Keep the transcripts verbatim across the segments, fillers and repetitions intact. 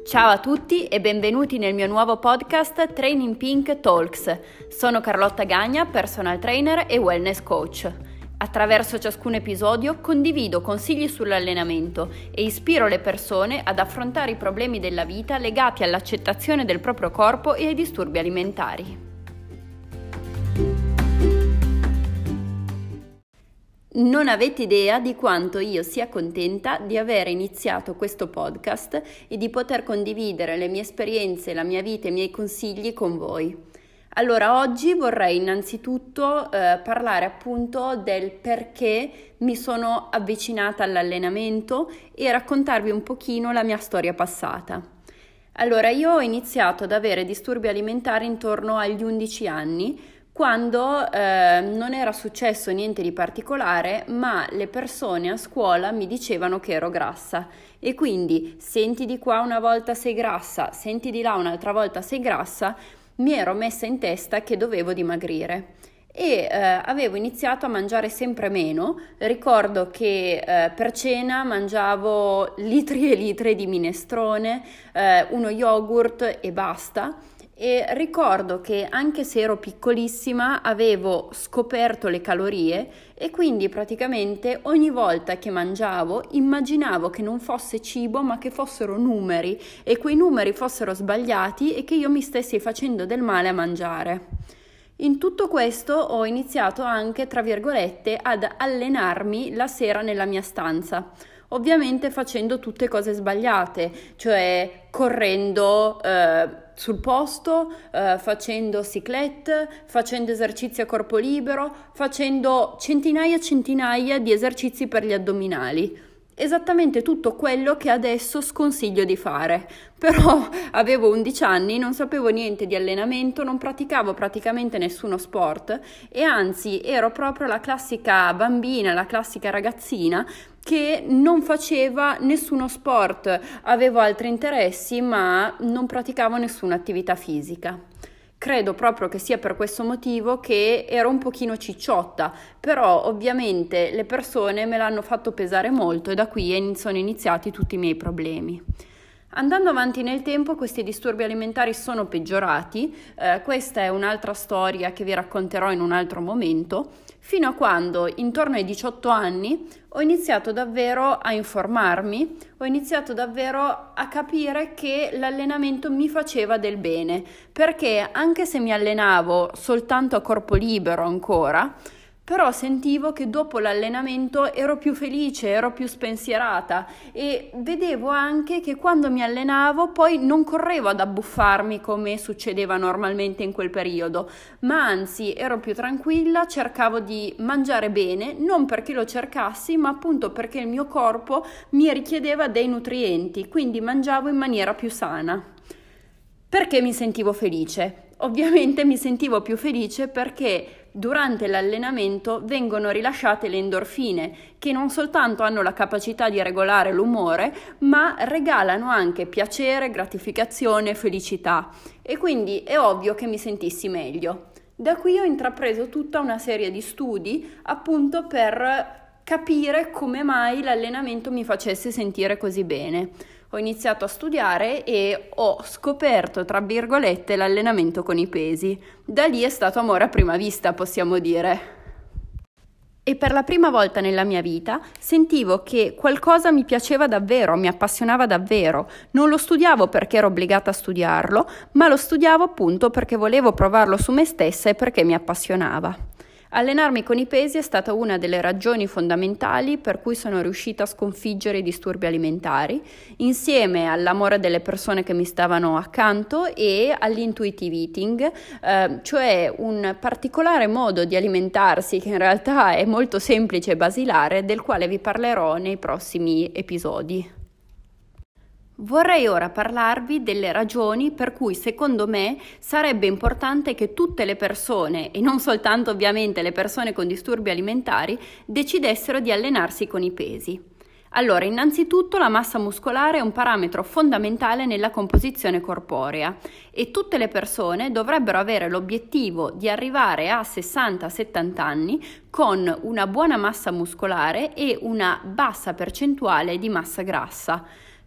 Ciao a tutti e benvenuti nel mio nuovo podcast Training Pink Talks. Sono Carlotta Gagna, personal trainer e wellness coach. Attraverso ciascun episodio condivido consigli sull'allenamento e ispiro le persone ad affrontare i problemi della vita legati all'accettazione del proprio corpo e ai disturbi alimentari. Non avete idea di quanto io sia contenta di aver iniziato questo podcast e di poter condividere le mie esperienze, la mia vita e i miei consigli con voi. Allora, oggi vorrei innanzitutto eh, parlare appunto del perché mi sono avvicinata all'allenamento e raccontarvi un pochino la mia storia passata. Allora, io ho iniziato ad avere disturbi alimentari intorno agli undici anni, quando eh, non era successo niente di particolare, ma le persone a scuola mi dicevano che ero grassa e quindi senti di qua una volta sei grassa, senti di là un'altra volta sei grassa, mi ero messa in testa che dovevo dimagrire e eh, avevo iniziato a mangiare sempre meno. Ricordo che eh, per cena mangiavo litri e litri di minestrone, eh, uno yogurt e basta. E ricordo che anche se ero piccolissima avevo scoperto le calorie e quindi praticamente ogni volta che mangiavo immaginavo che non fosse cibo ma che fossero numeri e quei numeri fossero sbagliati e che io mi stessi facendo del male a mangiare. In tutto questo ho iniziato anche, tra virgolette, ad allenarmi la sera nella mia stanza. Ovviamente facendo tutte cose sbagliate, cioè correndo eh, sul posto, eh, facendo cyclette, facendo esercizi a corpo libero, facendo centinaia e centinaia di esercizi per gli addominali. Esattamente tutto quello che adesso sconsiglio di fare. Però avevo undici anni, non sapevo niente di allenamento, non praticavo praticamente nessuno sport e anzi ero proprio la classica bambina, la classica ragazzina che non faceva nessuno sport, avevo altri interessi ma non praticavo nessuna attività fisica. Credo proprio che sia per questo motivo che ero un pochino cicciotta, però ovviamente le persone me l'hanno fatto pesare molto e da qui sono iniziati tutti i miei problemi. Andando avanti nel tempo questi disturbi alimentari sono peggiorati, eh, questa è un'altra storia che vi racconterò in un altro momento, fino a quando intorno ai diciotto anni ho iniziato davvero a informarmi, ho iniziato davvero a capire che l'allenamento mi faceva del bene, perché anche se mi allenavo soltanto a corpo libero ancora, però sentivo che dopo l'allenamento ero più felice, ero più spensierata e vedevo anche che quando mi allenavo poi non correvo ad abbuffarmi come succedeva normalmente in quel periodo, ma anzi ero più tranquilla, cercavo di mangiare bene, non perché lo cercassi, ma appunto perché il mio corpo mi richiedeva dei nutrienti, quindi mangiavo in maniera più sana. Perché mi sentivo felice? Ovviamente mi sentivo più felice perché durante l'allenamento vengono rilasciate le endorfine che non soltanto hanno la capacità di regolare l'umore ma regalano anche piacere, gratificazione e felicità e quindi è ovvio che mi sentissi meglio. Da qui ho intrapreso tutta una serie di studi appunto per capire come mai l'allenamento mi facesse sentire così bene. Ho iniziato a studiare e ho scoperto, tra virgolette, l'allenamento con i pesi. Da lì è stato amore a prima vista, possiamo dire. E per la prima volta nella mia vita sentivo che qualcosa mi piaceva davvero, mi appassionava davvero. Non lo studiavo perché ero obbligata a studiarlo, ma lo studiavo appunto perché volevo provarlo su me stessa e perché mi appassionava. Allenarmi con i pesi è stata una delle ragioni fondamentali per cui sono riuscita a sconfiggere i disturbi alimentari, insieme all'amore delle persone che mi stavano accanto e all'intuitive eating, eh, cioè un particolare modo di alimentarsi che in realtà è molto semplice e basilare, del quale vi parlerò nei prossimi episodi. Vorrei ora parlarvi delle ragioni per cui secondo me sarebbe importante che tutte le persone, e non soltanto ovviamente le persone con disturbi alimentari, decidessero di allenarsi con i pesi. Allora, innanzitutto la massa muscolare è un parametro fondamentale nella composizione corporea e tutte le persone dovrebbero avere l'obiettivo di arrivare a sessanta settanta anni con una buona massa muscolare e una bassa percentuale di massa grassa.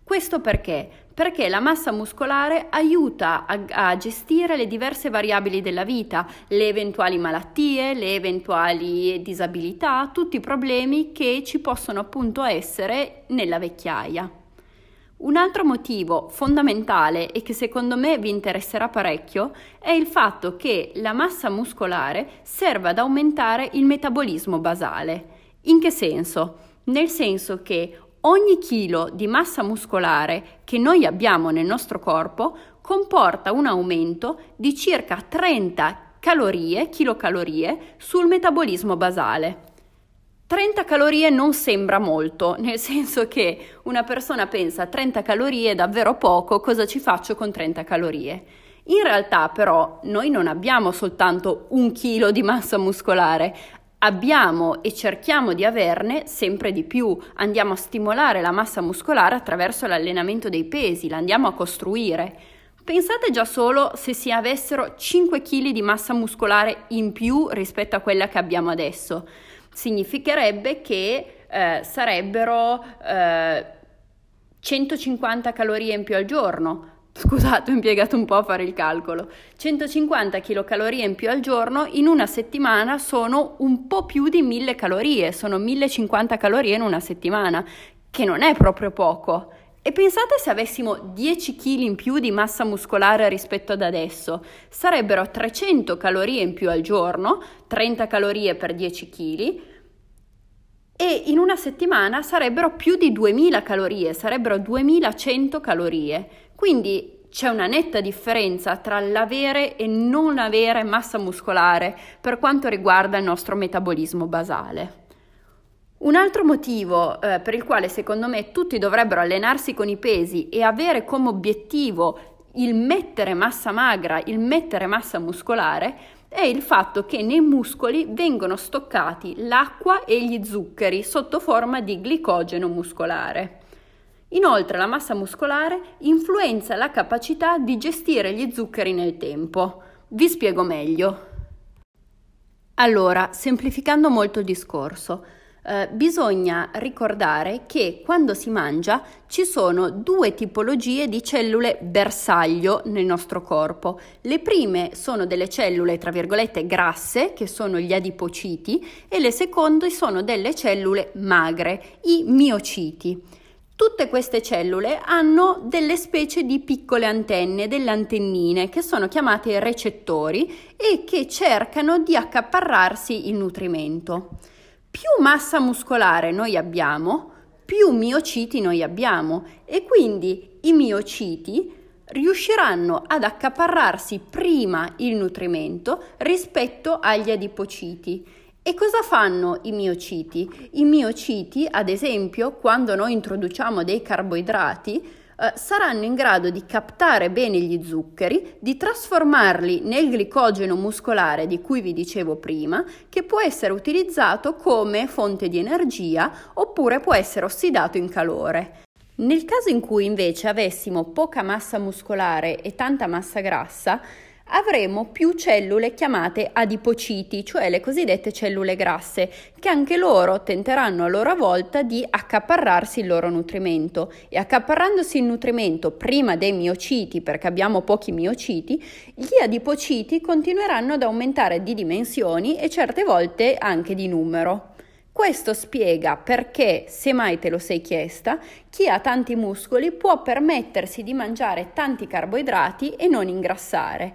Questo perché? Perché la massa muscolare aiuta a, a gestire le diverse variabili della vita, le eventuali malattie, le eventuali disabilità, tutti i problemi che ci possono appunto essere nella vecchiaia. Un altro motivo fondamentale e che secondo me vi interesserà parecchio è il fatto che la massa muscolare serve ad aumentare il metabolismo basale. In che senso? Nel senso che ogni chilo di massa muscolare che noi abbiamo nel nostro corpo comporta un aumento di circa trenta calorie, chilocalorie sul metabolismo basale. trenta calorie non sembra molto, nel senso che una persona pensa trenta calorie è davvero poco, cosa ci faccio con trenta calorie? In realtà però noi non abbiamo soltanto un chilo di massa muscolare, abbiamo e cerchiamo di averne sempre di più, andiamo a stimolare la massa muscolare attraverso l'allenamento dei pesi, la andiamo a costruire. Pensate già solo se si avessero cinque chili di massa muscolare in più rispetto a quella che abbiamo adesso. Significherebbe che eh, sarebbero eh, centocinquanta calorie in più al giorno. Scusate, ho impiegato un po' a fare il calcolo. centocinquanta chilocalorie in più al giorno in una settimana sono un po' più di mille calorie, sono millecinquanta calorie in una settimana, che non è proprio poco. E pensate se avessimo dieci chili in più di massa muscolare rispetto ad adesso, sarebbero trecento calorie in più al giorno, trenta calorie per dieci chili, e in una settimana sarebbero più di duemila calorie, sarebbero duemilacento calorie. Quindi c'è una netta differenza tra l'avere e non avere massa muscolare per quanto riguarda il nostro metabolismo basale. Un altro motivo eh, per il quale secondo me tutti dovrebbero allenarsi con i pesi e avere come obiettivo il mettere massa magra, il mettere massa muscolare, è il fatto che nei muscoli vengono stoccati l'acqua e gli zuccheri sotto forma di glicogeno muscolare. Inoltre la massa muscolare influenza la capacità di gestire gli zuccheri nel tempo. Vi spiego meglio. Allora, semplificando molto il discorso, eh, bisogna ricordare che quando si mangia ci sono due tipologie di cellule bersaglio nel nostro corpo. Le prime sono delle cellule, tra virgolette, grasse, che sono gli adipociti, e le seconde sono delle cellule magre, i miociti. Tutte queste cellule hanno delle specie di piccole antenne, delle antennine, che sono chiamate recettori e che cercano di accaparrarsi il nutrimento. Più massa muscolare noi abbiamo, più miociti noi abbiamo, e quindi i miociti riusciranno ad accaparrarsi prima il nutrimento rispetto agli adipociti. E cosa fanno i miociti? I miociti, ad esempio, quando noi introduciamo dei carboidrati, eh, saranno in grado di captare bene gli zuccheri, di trasformarli nel glicogeno muscolare di cui vi dicevo prima, che può essere utilizzato come fonte di energia oppure può essere ossidato in calore. Nel caso in cui invece avessimo poca massa muscolare e tanta massa grassa, avremo più cellule chiamate adipociti, cioè le cosiddette cellule grasse, che anche loro tenteranno a loro volta di accaparrarsi il loro nutrimento, e accaparrandosi il nutrimento prima dei miociti, perché abbiamo pochi miociti, gli adipociti continueranno ad aumentare di dimensioni e certe volte anche di numero. Questo spiega perché, se mai te lo sei chiesta, chi ha tanti muscoli può permettersi di mangiare tanti carboidrati e non ingrassare.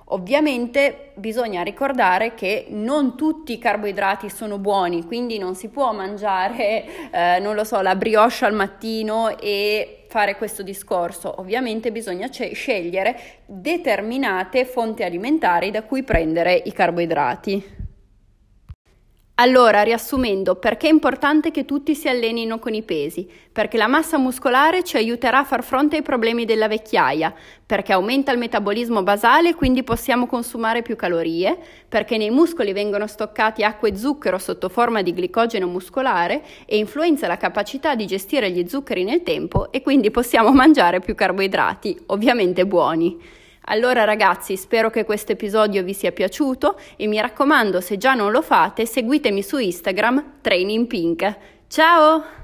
Ovviamente bisogna ricordare che non tutti i carboidrati sono buoni, quindi non si può mangiare, eh, non lo so, la brioche al mattino e fare questo discorso. Ovviamente bisogna c- scegliere determinate fonti alimentari da cui prendere i carboidrati. Allora, riassumendo, perché è importante che tutti si allenino con i pesi? Perché la massa muscolare ci aiuterà a far fronte ai problemi della vecchiaia, perché aumenta il metabolismo basale e quindi possiamo consumare più calorie, perché nei muscoli vengono stoccati acqua e zucchero sotto forma di glicogeno muscolare e influenza la capacità di gestire gli zuccheri nel tempo, e quindi possiamo mangiare più carboidrati, ovviamente buoni. Allora ragazzi, spero che questo episodio vi sia piaciuto e mi raccomando, se già non lo fate, seguitemi su Instagram Training Pink. Ciao!